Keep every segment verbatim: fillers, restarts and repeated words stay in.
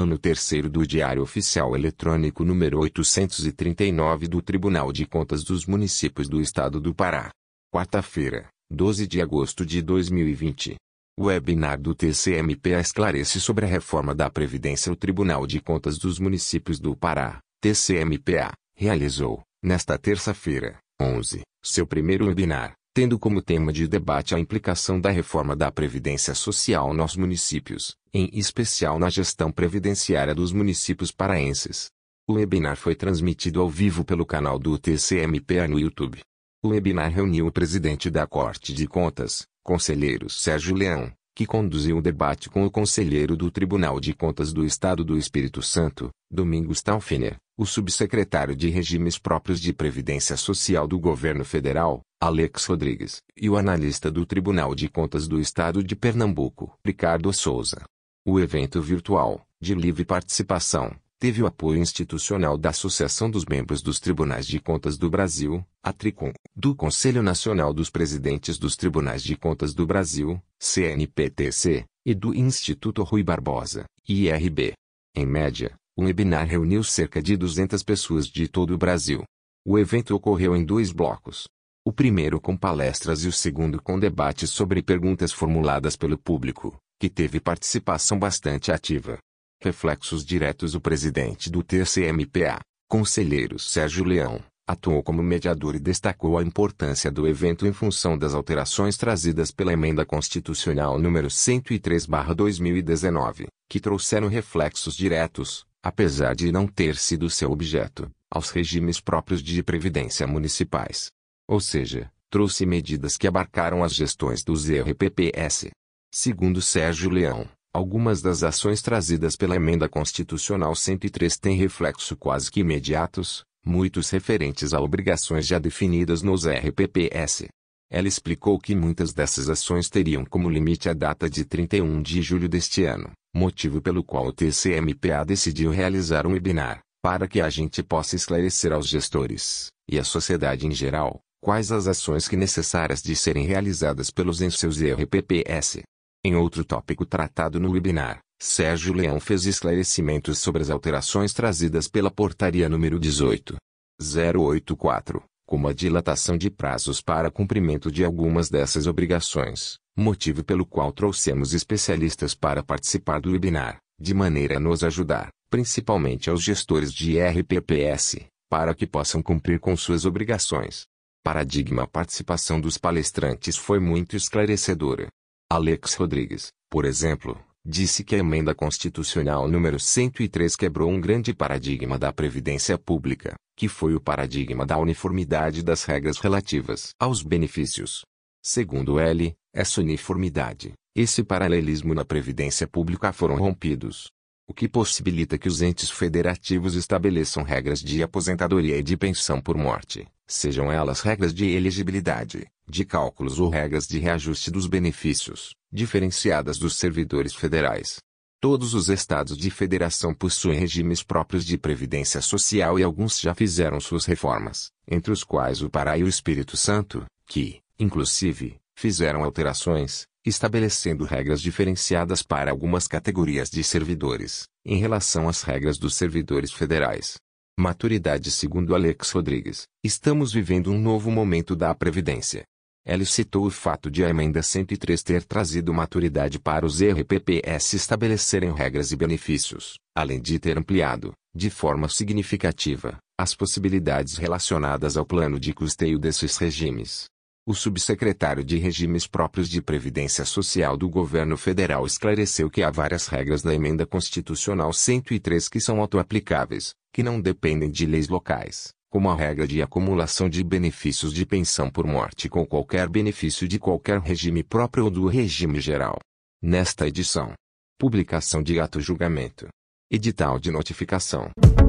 ano terceiro do Diário Oficial Eletrônico número oitocentos e trinta e nove do Tribunal de Contas dos Municípios do Estado do Pará. Quarta-feira, doze de agosto de dois mil e vinte. O webinar do T C M P A esclarece sobre a reforma da Previdência. O Tribunal de Contas dos Municípios do Pará, T C M P A, realizou, nesta terça-feira, onze, seu primeiro webinar, tendo como tema de debate a implicação da reforma da Previdência Social nos municípios, em especial na gestão previdenciária dos municípios paraenses. O webinar foi transmitido ao vivo pelo canal do T C M P A no YouTube. O webinar reuniu o presidente da Corte de Contas, conselheiro Sérgio Leão, que conduziu o debate com o conselheiro do Tribunal de Contas do Estado do Espírito Santo, Domingos Talfiner, o subsecretário de Regimes Próprios de Previdência Social do Governo Federal, Alex Rodrigues, e o analista do Tribunal de Contas do Estado de Pernambuco, Ricardo Souza. O evento virtual, de livre participação, teve o apoio institucional da Associação dos Membros dos Tribunais de Contas do Brasil, a Tricom, do Conselho Nacional dos Presidentes dos Tribunais de Contas do Brasil, C N P T C, e do Instituto Rui Barbosa, I R B. Em média, o webinar reuniu cerca de duzentas pessoas de todo o Brasil. O evento ocorreu em dois blocos. O primeiro com palestras e o segundo com debates sobre perguntas formuladas pelo público, que teve participação bastante ativa. Reflexos diretos. O presidente do T C M P A, conselheiro Sérgio Leão, atuou como mediador e destacou a importância do evento em função das alterações trazidas pela Emenda Constitucional número cento e três barra dois mil e dezenove, que trouxeram reflexos diretos, apesar de não ter sido seu objeto, aos regimes próprios de previdência municipais. Ou seja, trouxe medidas que abarcaram as gestões dos R P P S. Segundo Sérgio Leão, algumas das ações trazidas pela Emenda Constitucional cento e três têm reflexo quase que imediatos, muitos referentes a obrigações já definidas nos R P P S. Ela explicou que muitas dessas ações teriam como limite a data de trinta e um de julho deste ano, motivo pelo qual o T C M P A decidiu realizar um webinar, para que a gente possa esclarecer aos gestores, e à sociedade em geral, quais as ações que necessárias de serem realizadas pelos em seus R P P S. Em outro tópico tratado no webinar, Sérgio Leão fez esclarecimentos sobre as alterações trazidas pela Portaria número dezoito ponto zero oito quatro, como a dilatação de prazos para cumprimento de algumas dessas obrigações, motivo pelo qual trouxemos especialistas para participar do webinar, de maneira a nos ajudar, principalmente aos gestores de R P P S, para que possam cumprir com suas obrigações. Paradigma. A participação dos palestrantes foi muito esclarecedora. Alex Rodrigues, por exemplo, disse que a Emenda Constitucional número cento e três quebrou um grande paradigma da Previdência Pública, que foi o paradigma da uniformidade das regras relativas aos benefícios. Segundo ele, essa uniformidade, esse paralelismo na Previdência Pública foram rompidos, o que possibilita que os entes federativos estabeleçam regras de aposentadoria e de pensão por morte, sejam elas regras de elegibilidade, de cálculos ou regras de reajuste dos benefícios, diferenciadas dos servidores federais. Todos os estados de federação possuem regimes próprios de previdência social e alguns já fizeram suas reformas, entre os quais o Pará e o Espírito Santo, que, inclusive, fizeram alterações, estabelecendo regras diferenciadas para algumas categorias de servidores, em relação às regras dos servidores federais. Maturidade. Segundo Alex Rodrigues, estamos vivendo um novo momento da Previdência. Ele citou o fato de a Emenda cento e três ter trazido maturidade para os R P P S estabelecerem regras e benefícios, além de ter ampliado, de forma significativa, as possibilidades relacionadas ao plano de custeio desses regimes. O subsecretário de Regimes Próprios de Previdência Social do Governo Federal esclareceu que há várias regras na Emenda Constitucional cento e três que são autoaplicáveis, que não dependem de leis locais, como a regra de acumulação de benefícios de pensão por morte com qualquer benefício de qualquer regime próprio ou do regime geral. Nesta edição, publicação de ato julgamento. Edital de notificação.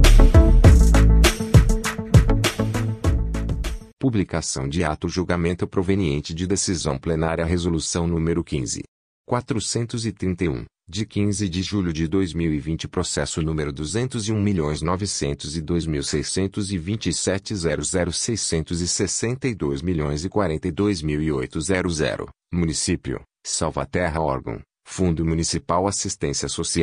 Publicação de ato julgamento proveniente de decisão plenária resolução número quinze mil quatrocentos e trinta e um, de quinze de julho de dois mil e vinte, processo número duzentos e um milhões novecentos e dois mil seiscentos e vinte e sete zero zero seiscentos e sessenta e dois milhões e quarenta e dois mil e oitocentos, município, Salvaterra órgão, Fundo Municipal Assistência Social,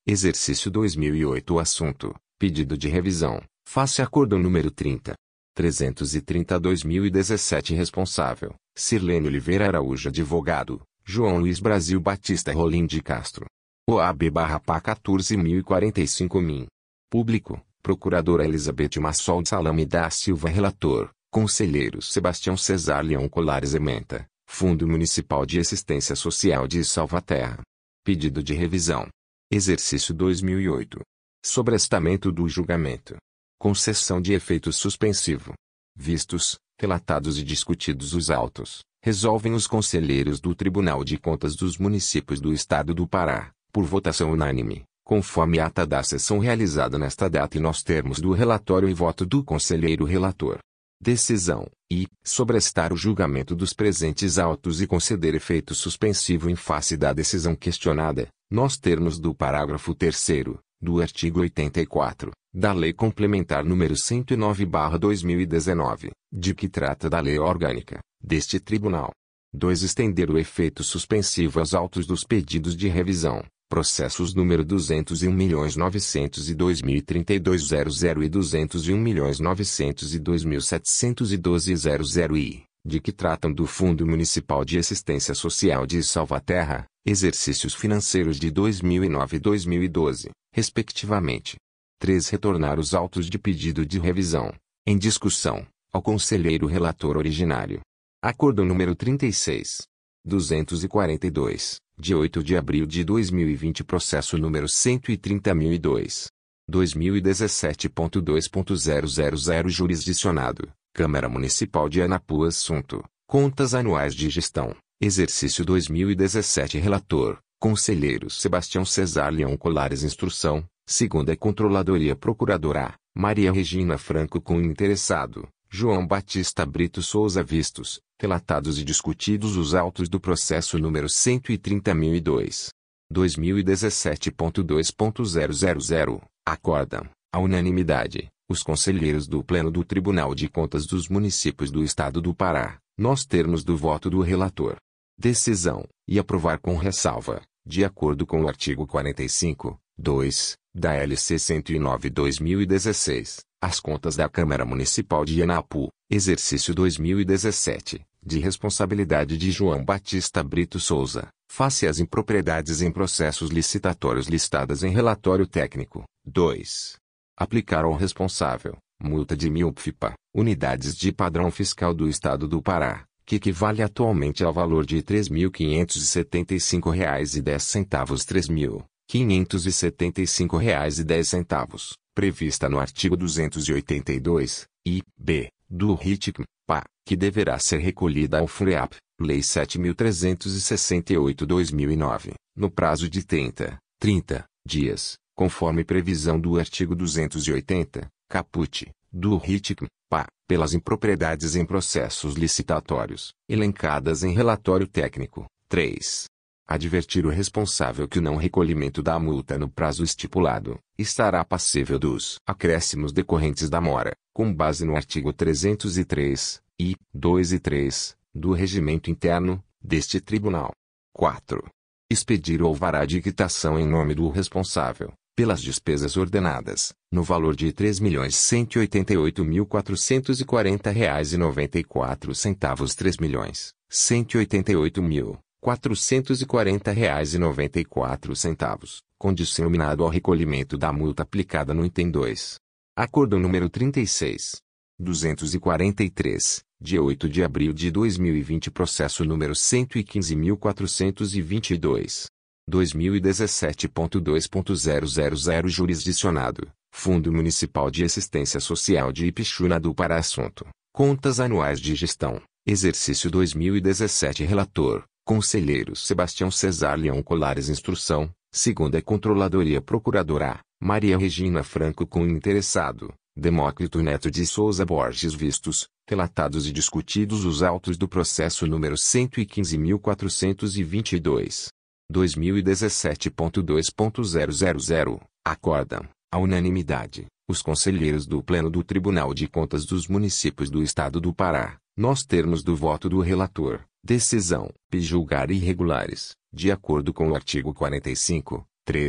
Exercício dois mil e oito. Assunto: pedido de revisão, face acordo número trinta. trezentos e trinta barra dois mil e dezessete. Responsável: Sirlene Oliveira Araújo. Advogado: João Luiz Brasil Batista Rolim de Castro. O A B barra P A quatorze mil e quarenta e cinco min. Público: Procuradora Elizabeth Massol de Salame da Silva. Relator: Conselheiros Sebastião Cesar Leão Colares Ementa, Fundo Municipal de Assistência Social de Salvaterra. Pedido de revisão. Exercício dois mil e oito. Sobrestamento do julgamento. Concessão de efeito suspensivo. Vistos, relatados e discutidos os autos, resolvem os conselheiros do Tribunal de Contas dos Municípios do Estado do Pará, por votação unânime, conforme a ata da sessão realizada nesta data e nos termos do relatório e voto do conselheiro relator. Decisão: I. Sobrestar o julgamento dos presentes autos e conceder efeito suspensivo em face da decisão questionada, nos termos do parágrafo terceiro, do artigo oitenta e quatro, da Lei Complementar número cento e nove barra dois mil e dezenove, de que trata da Lei Orgânica deste Tribunal. dois. Estender o efeito suspensivo aos autos dos pedidos de revisão, processos número duzentos e um milhões novecentos e dois mil e trinta e dois zero zero e duzentos e um milhões novecentos e dois mil setecentos e doze zero zero I, de que tratam do Fundo Municipal de Assistência Social de Salvaterra, exercícios financeiros de dois mil e nove e dois mil e doze, respectivamente. três. Retornar os autos de pedido de revisão, em discussão, ao conselheiro relator originário. Acordo número trinta e seis. duzentos e quarenta e dois, de oito de abril de dois mil e vinte. Processo número cento e trinta mil e dois. dois mil e dezessete ponto dois ponto zero zero zero. Jurisdicionado: Câmara Municipal de Anapu. Assunto: Contas Anuais de Gestão, exercício dois mil e dezessete. Relator: Conselheiros Sebastião Cesar Leão Colares. Instrução: Segunda Controladoria. Procuradora: Maria Regina Franco. Com interessado: João Batista Brito Souza. Vistos, relatados e discutidos os autos do processo número cento e trinta mil e dois. dois mil e dezessete ponto dois ponto zero zero zero, acordam, à unanimidade, os conselheiros do Pleno do Tribunal de Contas dos Municípios do Estado do Pará, nos termos do voto do relator. Decisão: e aprovar com ressalva, de acordo com o artigo quarenta e cinco, dois, da L C cento e nove barra dois mil e dezesseis, as contas da Câmara Municipal de Anapu, exercício dois mil e dezessete, de responsabilidade de João Batista Brito Souza, face às impropriedades em processos licitatórios listadas em relatório técnico. dois. Aplicar ao responsável, multa de mil P F I P A, unidades de padrão fiscal do Estado do Pará, que equivale atualmente ao valor de três mil quinhentos e setenta e cinco reais e dez centavos. três mil quinhentos e setenta e cinco reais e dez centavos, prevista no artigo duzentos e oitenta e dois, I, B, do R I T C M, P A, que deverá ser recolhida ao FUREAP, Lei sete mil trezentos e sessenta e oito barra dois mil e nove, no prazo de trinta, trinta dias, conforme previsão do artigo duzentos e oitenta, caput, do R I T C M, P A, pelas impropriedades em processos licitatórios, elencadas em relatório técnico. três. Advertir o responsável que o não recolhimento da multa no prazo estipulado estará passível dos acréscimos decorrentes da mora, com base no artigo trezentos e três, I, dois e três, do Regimento Interno deste Tribunal. quatro. Expedir o alvará de quitação em nome do responsável, pelas despesas ordenadas, no valor de três milhões cento e oitenta e oito mil quatrocentos e quarenta reais e noventa e quatro centavos. três milhões cento e oitenta e oito mil quatrocentos e quarenta reais e noventa e quatro centavos, condicionado ao recolhimento da multa aplicada no item dois. Acordo número trinta e seis. duzentos e quarenta e três, de oito de abril de dois mil e vinte. Processo número cento e quinze mil quatrocentos e vinte e dois. dois mil e dezessete ponto dois ponto zero zero zero. Jurisdicionado: Fundo Municipal de Assistência Social de Ipixuna do Pará. Assunto: Contas Anuais de Gestão, exercício dois mil e dezessete. Relator: Conselheiros Sebastião Cesar Leão Colares. Instrução: Segunda Controladoria. Procuradora: Maria Regina Franco. Com interessado: Demócrito Neto de Souza Borges. Vistos, relatados e discutidos os autos do processo número cento e quinze mil quatrocentos e vinte e dois. dois mil e dezessete ponto dois ponto zero zero zero, acordam, à unanimidade, os conselheiros do Pleno do Tribunal de Contas dos Municípios do Estado do Pará, nos termos do voto do relator. Decisão: julgar irregulares, de acordo com o artigo quarenta e cinco, três,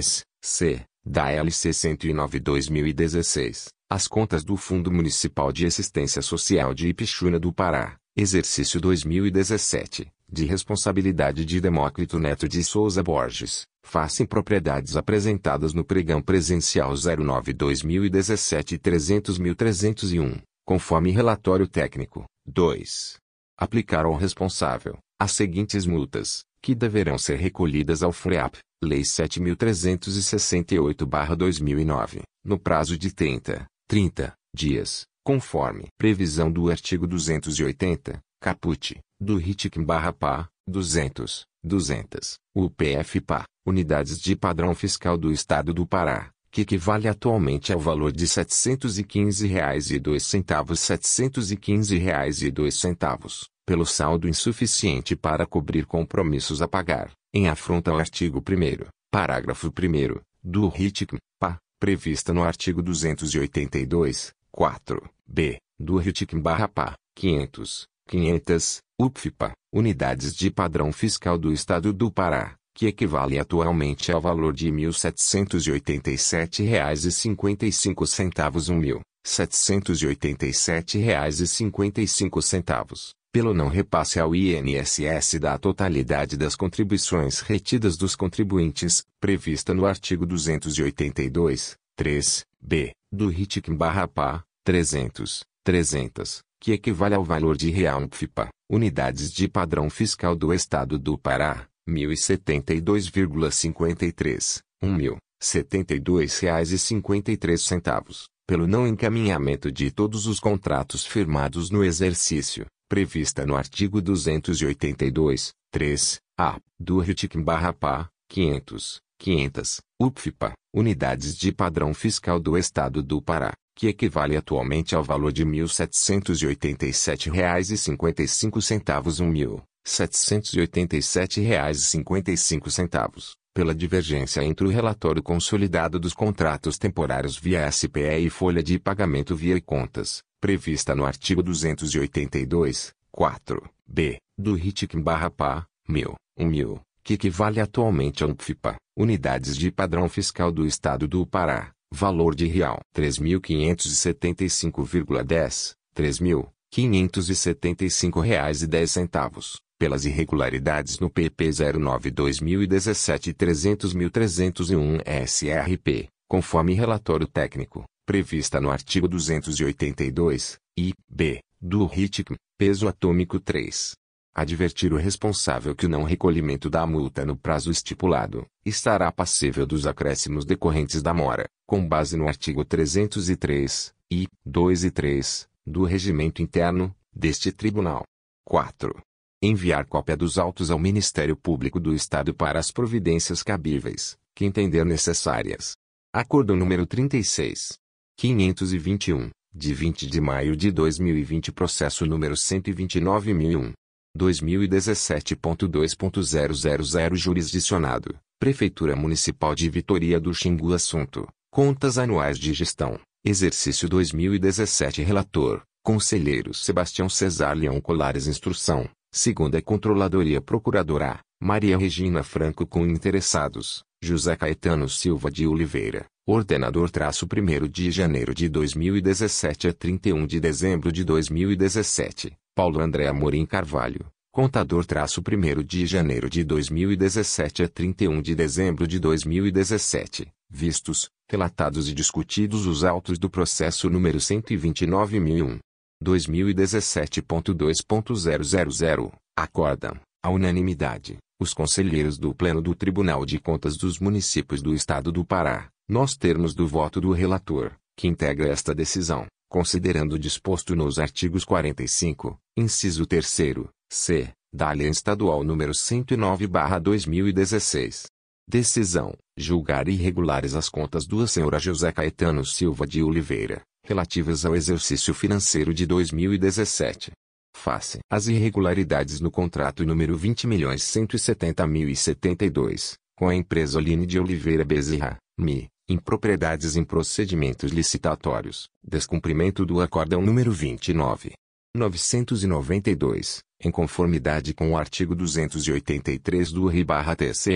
C. Da L C cento e nove barra dois mil e dezesseis, as contas do Fundo Municipal de Assistência Social de Ipixuna do Pará, exercício dois mil e dezessete, de responsabilidade de Demócrito Neto de Souza Borges, face em propriedades apresentadas no pregão presencial zero nove barra dois mil e dezessete trezentos mil trezentos e um, conforme relatório técnico. dois. Aplicar ao responsável as seguintes multas, que deverão ser recolhidas ao FREAP, Lei sete mil trezentos e sessenta e oito barra dois mil e nove, no prazo de trinta, trinta dias, conforme previsão do artigo duzentos e oitenta, caput, do R I T C M/P A, duzentos, duzentas, U P F-P A, Unidades de Padrão Fiscal do Estado do Pará, que equivale atualmente ao valor de setecentos e quinze reais e dois centavos setecentos e quinze reais e dois centavos, pelo saldo insuficiente para cobrir compromissos a pagar, em afronta ao artigo primeiro, parágrafo primeiro, do R I T C M/P A, prevista no artigo duzentos e oitenta e dois, quatro, B, do R I T C M/P A, quinhentos, quinhentas, U P F-P A, Unidades de Padrão Fiscal do Estado do Pará, que equivale atualmente ao valor de mil setecentos e oitenta e sete reais e cinquenta e cinco centavos um mil, setecentos e oitenta e sete reais e cinquenta e cinco centavos, pelo não repasse ao I N S S da totalidade das contribuições retidas dos contribuintes, prevista no artigo duzentos e oitenta e dois, três, B, do R I T C M/P A, trezentos, trezentas, que equivale ao valor de real U P F-P A, Unidades de Padrão Fiscal do Estado do Pará, mil e setenta e dois reais e cinquenta e três, um mil, setenta e dois reais e cinquenta e três centavos, pelo não encaminhamento de todos os contratos firmados no exercício, prevista no artigo duzentos e oitenta e dois, três, A, do R I T C M/P A, quinhentos, quinhentas, U P F-P A, Unidades de Padrão Fiscal do Estado do Pará, que equivale atualmente ao valor de mil setecentos e oitenta e sete reais e cinquenta e cinco centavos um mil, setecentos e oitenta e sete reais e cinquenta e cinco centavos, pela divergência entre o relatório consolidado dos contratos temporários via S P E e folha de pagamento via contas, prevista no artigo duzentos e oitenta e dois, quatro, B, do R I T C M/P A, mil, um mil, que equivale atualmente a U P F-P A, Unidades de Padrão Fiscal do Estado do Pará, valor de real três mil quinhentos e setenta e cinco reais e dez, três mil, quinhentos e setenta e cinco reais e dez centavos, pelas irregularidades no P P zero nove barra dois mil e dezessete trezentos mil trezentos e um S R P, conforme relatório técnico, prevista no artigo duzentos e oitenta e dois, I, B, do R I T C M, peso atômico três. Advertir o responsável que o não recolhimento da multa no prazo estipulado, estará passível dos acréscimos decorrentes da mora, com base no artigo trezentos e três, I, dois e três, do Regimento Interno, deste Tribunal. quatro. Enviar cópia dos autos ao Ministério Público do Estado para as providências cabíveis, que entender necessárias. Acordo número trinta e seis. quinhentos e vinte e um, de vinte de maio de dois mil e vinte, processo número cento e vinte e nove mil e um. dois mil e dezessete ponto dois ponto zero zero zero Jurisdicionado, Prefeitura Municipal de Vitória do Xingu. Assunto: Contas Anuais de Gestão, Exercício dois mil e dezessete. Relator: Conselheiro Sebastião Cesar Leão Colares. Instrução: Segunda Controladoria Procuradora Maria Regina Franco. Com interessados: José Caetano Silva de Oliveira, Ordenador traço primeiro de janeiro de dois mil e dezessete a trinta e um de dezembro de dois mil e dezessete. Paulo André Amorim Carvalho, Contador traço primeiro de janeiro de dois mil e dezessete a trinta e um de dezembro de dois mil e dezessete. Vistos, relatados e discutidos os autos do processo número cento e vinte e nove mil e um. dois mil e dezessete ponto dois ponto zero zero zero. Acordam, à unanimidade, os conselheiros do Pleno do Tribunal de Contas dos Municípios do Estado do Pará, nos termos do voto do relator, que integra esta decisão, considerando o disposto nos artigos quarenta e cinco, inciso terceiro, C, da Lei Estadual número cento e nove barra dois mil e dezesseis. Decisão: julgar irregulares as contas do senhor José Caetano Silva de Oliveira, relativas ao exercício financeiro de dois mil e dezessete. Face às irregularidades no contrato número vinte milhões cento e setenta mil e setenta e dois, com a empresa Aline de Oliveira Bezerra, M I, impropriedades em procedimentos licitatórios, descumprimento do acórdão número vinte e nove mil novecentos e noventa e dois, em conformidade com o artigo duzentos e oitenta e três do R I-T C M,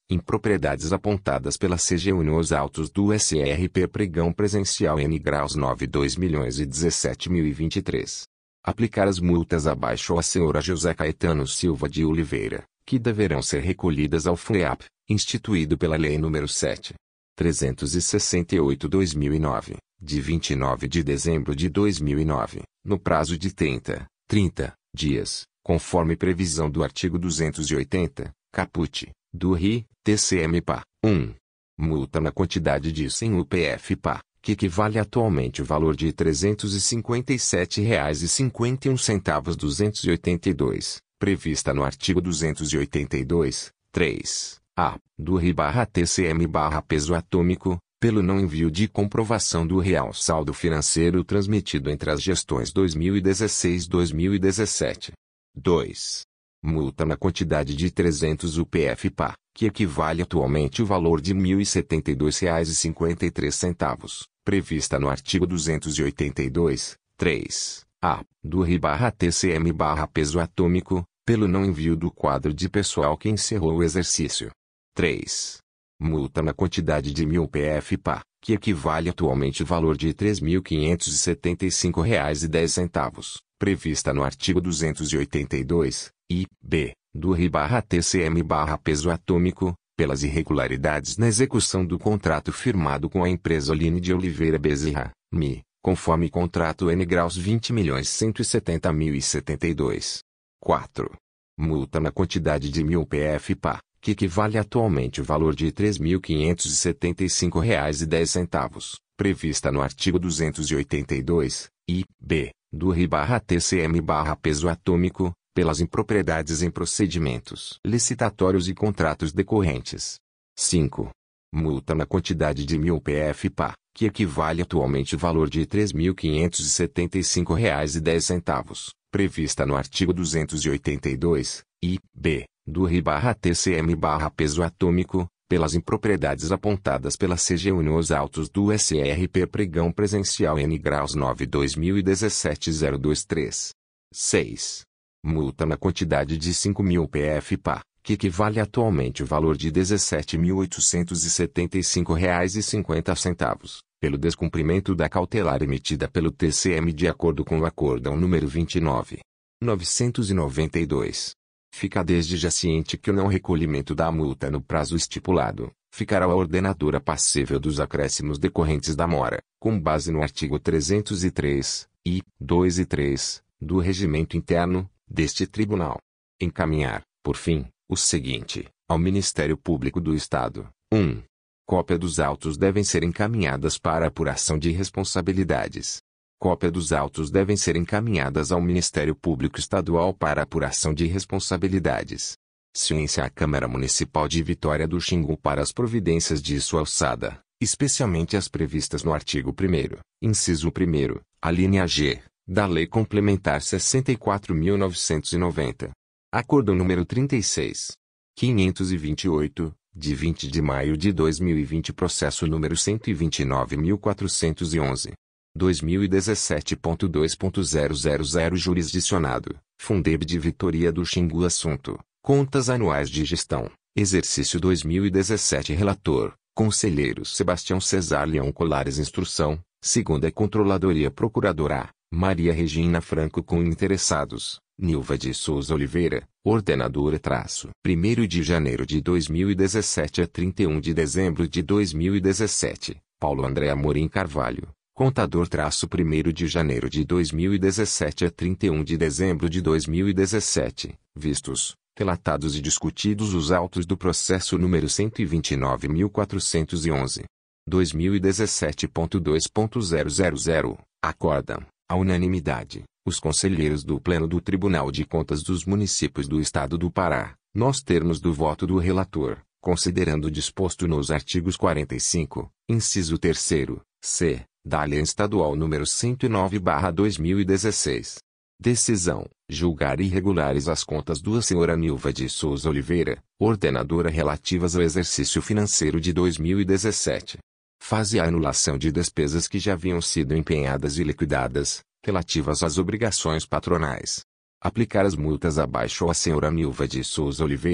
Impropriedades apontadas pela C G U nos autos do S R P Pregão Presencial N graus nove dois milhões e dezessete mil e vinte e três. Aplicar as multas abaixo à senhora José Caetano Silva de Oliveira, que deverão ser recolhidas ao FUEAP, instituído pela Lei nº sete mil trezentos e sessenta e oito barra dois mil e nove, de vinte e nove de dezembro de dois mil e nove, no prazo de trinta, trinta dias, conforme previsão do artigo duzentos e oitenta, caput, do R I, T C M P A, um. Multa na quantidade de cem U P F P A, que equivale atualmente ao valor de trezentos e cinquenta e sete reais e cinquenta e um centavos duzentos e oitenta e dois, prevista no artigo duzentos e oitenta e dois, três, A, do R I barra T C M barra peso atômico, pelo não envio de comprovação do real saldo financeiro transmitido entre as gestões dois mil e dezesseis e dois mil e dezessete. dois. Multa na quantidade de trezentos U P F P A, que equivale atualmente ao valor de mil e setenta e dois reais e cinquenta e três centavos, prevista no artigo duzentos e oitenta e dois, três, A, do R I barra T C M barra peso atômico, pelo não envio do quadro de pessoal que encerrou o exercício. três. Multa na quantidade de mil U P F P A, que equivale atualmente ao valor de três mil quinhentos e setenta e cinco reais e dez centavos, prevista no artigo duzentos e oitenta e dois, I, B, do R I barra T C M barra peso atômico, pelas irregularidades na execução do contrato firmado com a empresa Aline de Oliveira Bezerra, M I, conforme contrato N graus vinte milhões cento e setenta mil e setenta e dois. quatro. Multa na quantidade de mil U P F P A, que equivale atualmente ao valor de três mil quinhentos e setenta e cinco reais e dez centavos, prevista no artigo duzentos e oitenta e dois, I, B, do R I barra T C M barra peso atômico, pelas impropriedades em procedimentos licitatórios e contratos decorrentes. cinco. Multa na quantidade de mil U P F P A, que equivale atualmente ao valor de três mil quinhentos e setenta e cinco reais e dez centavos, prevista no artigo duzentos e oitenta e dois, I, B, do R I barra T C M barra peso atômico, pelas impropriedades apontadas pela C G U nos autos do S R P Pregão Presencial N graus nove dois mil e dezessete zero dois três. seis. Multa na quantidade de cinco mil U P F P A, que equivale atualmente ao valor de dezessete mil oitocentos e setenta e cinco reais e cinquenta centavos, pelo descumprimento da cautelar emitida pelo T C M de acordo com o acórdão número vinte e nove mil novecentos e noventa e dois. Fica desde já ciente que o não recolhimento da multa no prazo estipulado, ficará a ordenadora passível dos acréscimos decorrentes da mora, com base no artigo trezentos e três, I, dois e três, do Regimento Interno, deste Tribunal. Encaminhar, por fim, o seguinte, ao Ministério Público do Estado. um. Cópia dos autos devem ser encaminhadas para apuração de responsabilidades. Cópia dos autos devem ser encaminhadas ao Ministério Público Estadual para apuração de responsabilidades. Ciência à Câmara Municipal de Vitória do Xingu para as providências de sua alçada, especialmente as previstas no artigo primeiro, inciso primeiro, a linha G, da Lei Complementar sessenta e quatro mil novecentos e noventa. Acordo número trinta e seis mil quinhentos e vinte e oito, de vinte de maio de dois mil e vinte, processo número cento e vinte e nove mil quatrocentos e onze. dois mil e dezessete ponto dois ponto zero zero zero Jurisdicionado, Fundeb de Vitória do Xingu. Assunto: Contas Anuais de Gestão, Exercício dois mil e dezessete. Relator: Conselheiro Sebastião Cesar Leão Colares. Instrução: Segunda Controladoria Procuradora Maria Regina Franco. Com interessados: Nilva de Souza Oliveira, Ordenadora traço. primeiro de janeiro de dois mil e dezessete a trinta e um de dezembro de dois mil e dezessete, Paulo André Amorim Carvalho, Contador traço primeiro de janeiro de dois mil e dezessete a trinta e um de dezembro de dois mil e dezessete, vistos, relatados e discutidos os autos do processo número cento e vinte e nove mil quatrocentos e onze. dois mil e dezessete ponto dois ponto zero zero zero, acordam, à unanimidade, os conselheiros do Pleno do Tribunal de Contas dos Municípios do Estado do Pará, nos termos do voto do relator, considerando o disposto nos artigos quarenta e cinco, inciso terceiro, C, da Lei Estadual número cento e nove barra dois mil e dezesseis. Decisão: julgar irregulares as contas da senhora Nilva de Souza Oliveira, ordenadora, relativas ao exercício financeiro de dois mil e dezessete. Fase a anulação de despesas que já haviam sido empenhadas e liquidadas, relativas às obrigações patronais. Aplicar as multas abaixo à senhora Nilva de Souza Oliveira,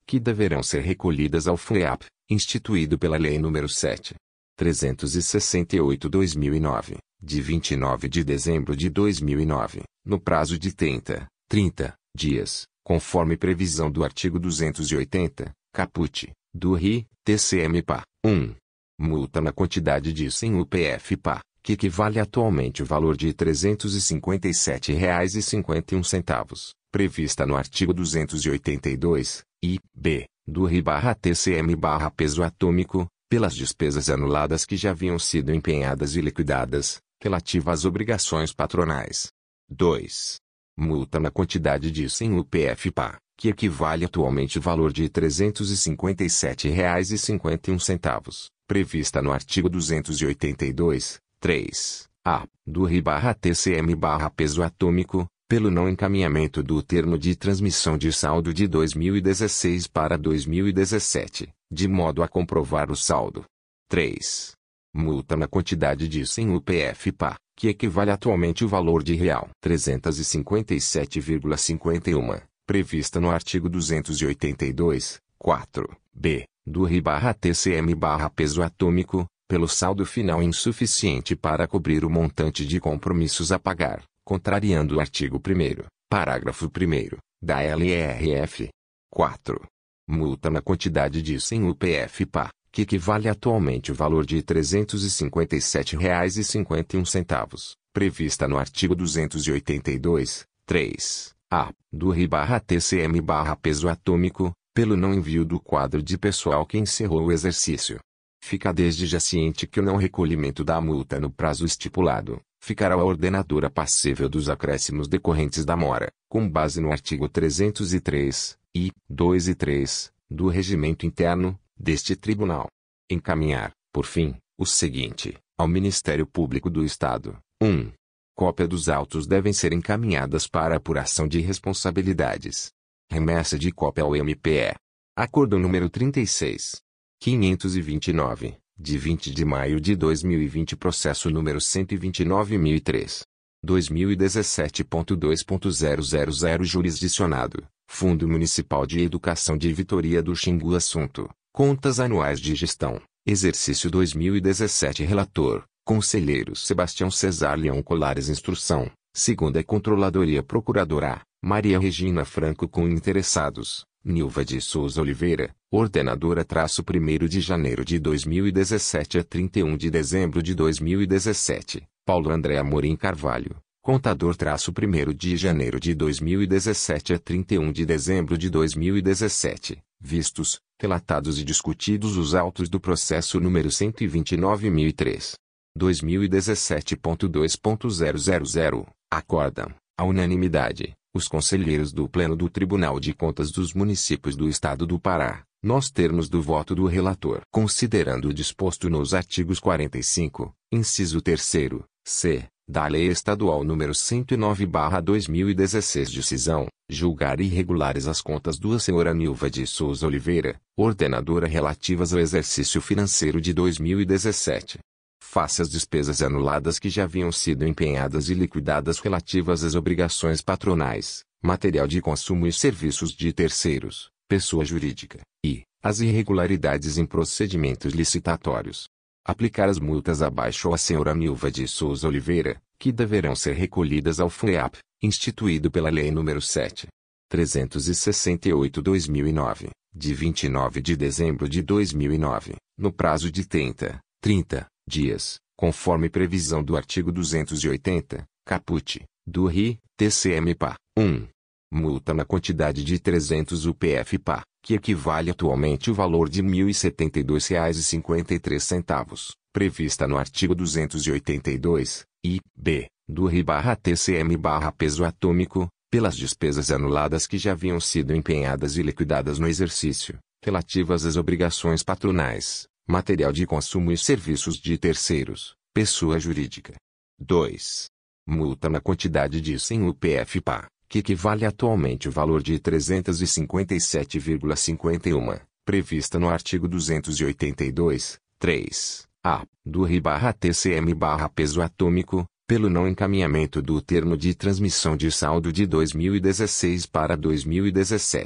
que deverão ser recolhidas ao FUEAP, instituído pela Lei nº sete mil trezentos e sessenta e oito barra dois mil e nove, de vinte e nove de dezembro de dois mil e nove, no prazo de trinta, trinta dias, conforme previsão do artigo duzentos e oitenta, caput, do R I, T C M P A. um. Multa na quantidade de cem U P F P A, que equivale atualmente ao valor de trezentos e cinquenta e sete reais e cinquenta e um centavos, prevista no artigo duzentos e oitenta e dois, I, B, do R I/T C M/peso atômico, pelas despesas anuladas que já haviam sido empenhadas e liquidadas, relativa às obrigações patronais. dois. Multa na quantidade de cem U P F P A, que equivale atualmente ao valor de trezentos e cinquenta e sete reais e cinquenta e um centavos, prevista no artigo duzentos e oitenta e dois, três, A, do R I/T C M/peso atômico, pelo não encaminhamento do termo de transmissão de saldo de dois mil e dezesseis para dois mil e dezessete, de modo a comprovar o saldo. três. Multa na quantidade de cem U P F P A, que equivale atualmente ao valor de real trezentos e cinquenta e sete vírgula cinquenta e um, prevista no artigo duzentos e oitenta e dois, quatro, B, do R I/T C M/peso atômico, pelo saldo final insuficiente para cobrir o montante de compromissos a pagar, contrariando o artigo primeiro, parágrafo primeiro, da L E R F. quatro. Multa na quantidade de cem U P F P A, que equivale atualmente ao valor de trezentos e cinquenta e sete reais e cinquenta e um centavos, prevista no artigo duzentos e oitenta e dois, três, A, do R I/T C M/peso atômico, pelo não envio do quadro de pessoal que encerrou o exercício. Fica desde já ciente que o não recolhimento da multa no prazo estipulado, ficará a ordenadora passível dos acréscimos decorrentes da mora, com base no artigo trezentos e três, I, dois e três, do Regimento Interno, deste Tribunal. Encaminhar, por fim, o seguinte, ao Ministério Público do Estado. um. Cópia dos autos devem ser encaminhadas para apuração de responsabilidades. Remessa de cópia ao M P E. Acordo número trinta e seis. quinhentos e vinte e nove, de vinte de maio de dois mil e vinte, processo número cento e vinte e nove mil e três. dois mil e dezessete ponto dois ponto zero zero zero Jurisdicionado, Fundo Municipal de Educação de Vitória do Xingu. Assunto: Contas Anuais de Gestão, Exercício dois mil e dezessete. Relator: Conselheiro Sebastião Cesar Leão Colares. Instrução: Segunda Controladoria Procuradora Maria Regina Franco. Com interessados: Nilva de Souza Oliveira, Ordenadora traço primeiro de janeiro de dois mil e dezessete a trinta e um de dezembro de dois mil e dezessete, Paulo André Amorim Carvalho, Contador traço primeiro de janeiro de dois mil e dezessete a trinta e um de dezembro de dois mil e dezessete, vistos, relatados e discutidos os autos do processo número cento e vinte e nove mil e três. dois mil e dezessete ponto dois ponto zero zero zero, acordam, à unanimidade, os conselheiros do Pleno do Tribunal de Contas dos Municípios do Estado do Pará, nos termos do voto do relator. Considerando o disposto nos artigos quarenta e cinco, inciso terceiro, C, da Lei Estadual número cento e nove barra dois mil e dezesseis, decisão, julgar irregulares as contas da senhora Nilva de Souza Oliveira, ordenadora, relativas ao exercício financeiro de dois mil e dezessete. Face às despesas anuladas que já haviam sido empenhadas e liquidadas relativas às obrigações patronais, material de consumo e serviços de terceiros, pessoa jurídica, e as irregularidades em procedimentos licitatórios. Aplicar as multas abaixo à senhora Nilva de Souza Oliveira, que deverão ser recolhidas ao FUEAP, instituído pela Lei nº sete mil trezentos e sessenta e oito barra dois mil e nove, de vinte e nove de dezembro de dois mil e nove, no prazo de trinta, trinta dias, conforme previsão do artigo duzentos e oitenta, caput, do R I, T C M P A. um. Multa na quantidade de trezentos U P F P A, que equivale atualmente ao valor de mil e setenta e dois reais e cinquenta e três centavos, prevista no artigo duzentos e oitenta e dois, I, B, do R I/T C M/peso atômico, pelas despesas anuladas que já haviam sido empenhadas e liquidadas no exercício, relativas às obrigações patronais, material de consumo e serviços de terceiros, pessoa jurídica. dois. Multa na quantidade de cem U P F P A, que equivale atualmente ao valor de trezentos e cinquenta e sete reais e cinquenta e um, prevista no artigo duzentos e oitenta e dois, três, A, do R I/T C M/peso atômico, pelo não encaminhamento do termo de transmissão de saldo de dois mil e dezesseis para dois mil e dezessete,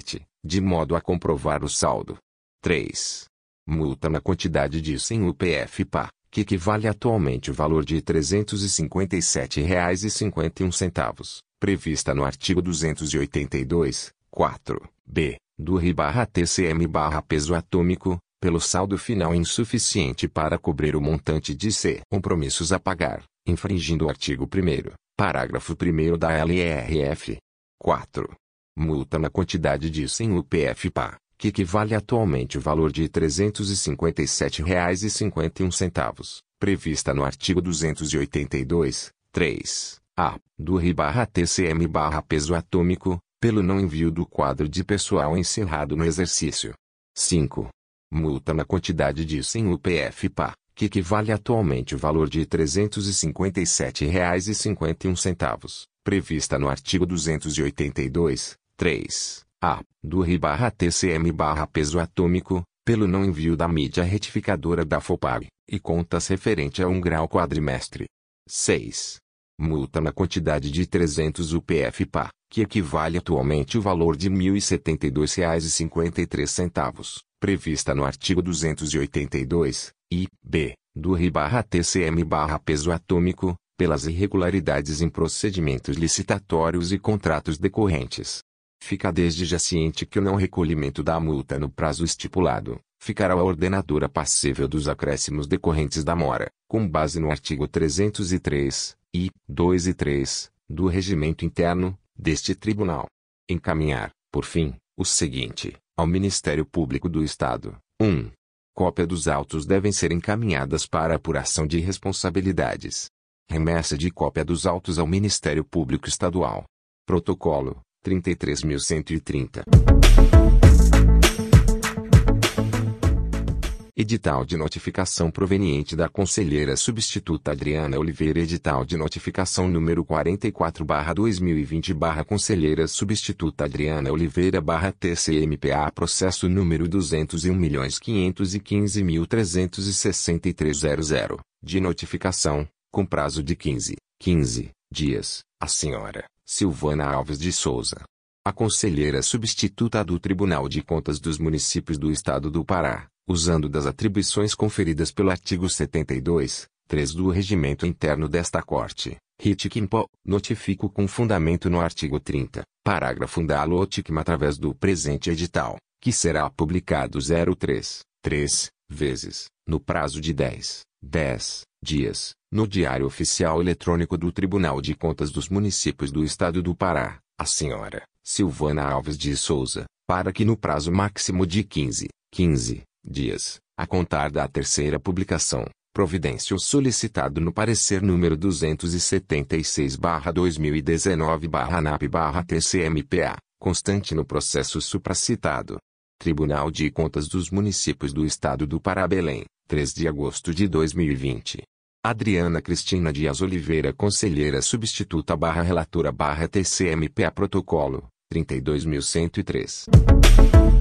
de modo a comprovar o saldo. três. Multa na quantidade de cem U P F P A, que equivale atualmente ao valor de trezentos e cinquenta e sete reais e cinquenta e um centavos, prevista no artigo duzentos e oitenta e dois, quatro, b, do R I T C M peso atômico, pelo saldo final insuficiente para cobrir o montante de C. compromissos a pagar, infringindo o artigo primeiro, parágrafo primeiro da L R F. quatro. Multa na quantidade de cem U P F P A, que equivale atualmente ao valor de trezentos e cinquenta e sete reais e cinquenta e um centavos, prevista no artigo duzentos e oitenta e dois, três, a, do R I T C M peso atômico, pelo não envio do quadro de pessoal encerrado no exercício. cinco. Multa na quantidade de cem U P F P A, que equivale atualmente ao valor de trezentos e cinquenta e sete reais e cinquenta e um centavos, prevista no artigo duzentos e oitenta e dois, três, a, do R I T C M peso atômico, pelo não envio da mídia retificadora da FOPAG, e contas referente a um grau quadrimestre. seis. Multa na quantidade de trezentos U P F P A, que equivale atualmente ao valor de mil e setenta e dois reais e cinquenta e três centavos, prevista no artigo duzentos e oitenta e dois, I, B, do R I T C M peso atômico, pelas irregularidades em procedimentos licitatórios e contratos decorrentes. Fica desde já ciente que o não recolhimento da multa no prazo estipulado, ficará a ordenadora passível dos acréscimos decorrentes da mora, com base no artigo trezentos e três, I, dois e três, do Regimento Interno, deste Tribunal. Encaminhar, por fim, o seguinte, ao Ministério Público do Estado. um. Cópia dos autos devem ser encaminhadas para apuração de responsabilidades. Remessa de cópia dos autos ao Ministério Público Estadual. Protocolo trinta e três mil cento e trinta. Edital de notificação proveniente da conselheira substituta Adriana Oliveira. Edital de notificação número quarenta e quatro barra dois mil e vinte barra conselheira substituta Adriana Oliveira barra T C M P A. Processo número duzentos e um milhões quinhentos e quinze mil trezentos e sessenta e três ponto zero zero, de notificação, com prazo de quinze, quinze dias, a senhora Silvana Alves de Souza. A conselheira substituta do Tribunal de Contas dos Municípios do Estado do Pará, usando das atribuições conferidas pelo artigo setenta e dois, três do Regimento Interno desta Corte, Ritquimpo, notifico com fundamento no artigo trinta, parágrafo da Loticma através do presente edital, que será publicado zero três, três, vezes, no prazo de dez, dez, dias, no Diário Oficial Eletrônico do Tribunal de Contas dos Municípios do Estado do Pará, a senhora Silvana Alves de Souza, para que no prazo máximo de quinze, quinze dias, a contar da terceira publicação, providência o solicitado no parecer número duzentos e setenta e seis barra dois mil e dezenove barra N A P barra T C M P A, constante no processo supracitado. Tribunal de Contas dos Municípios do Estado do Pará, Belém, três de agosto de dois mil e vinte. Adriana Cristina Dias Oliveira, conselheira substituta barra relatora barra T C M P A. Protocolo trinta e dois mil cento e três.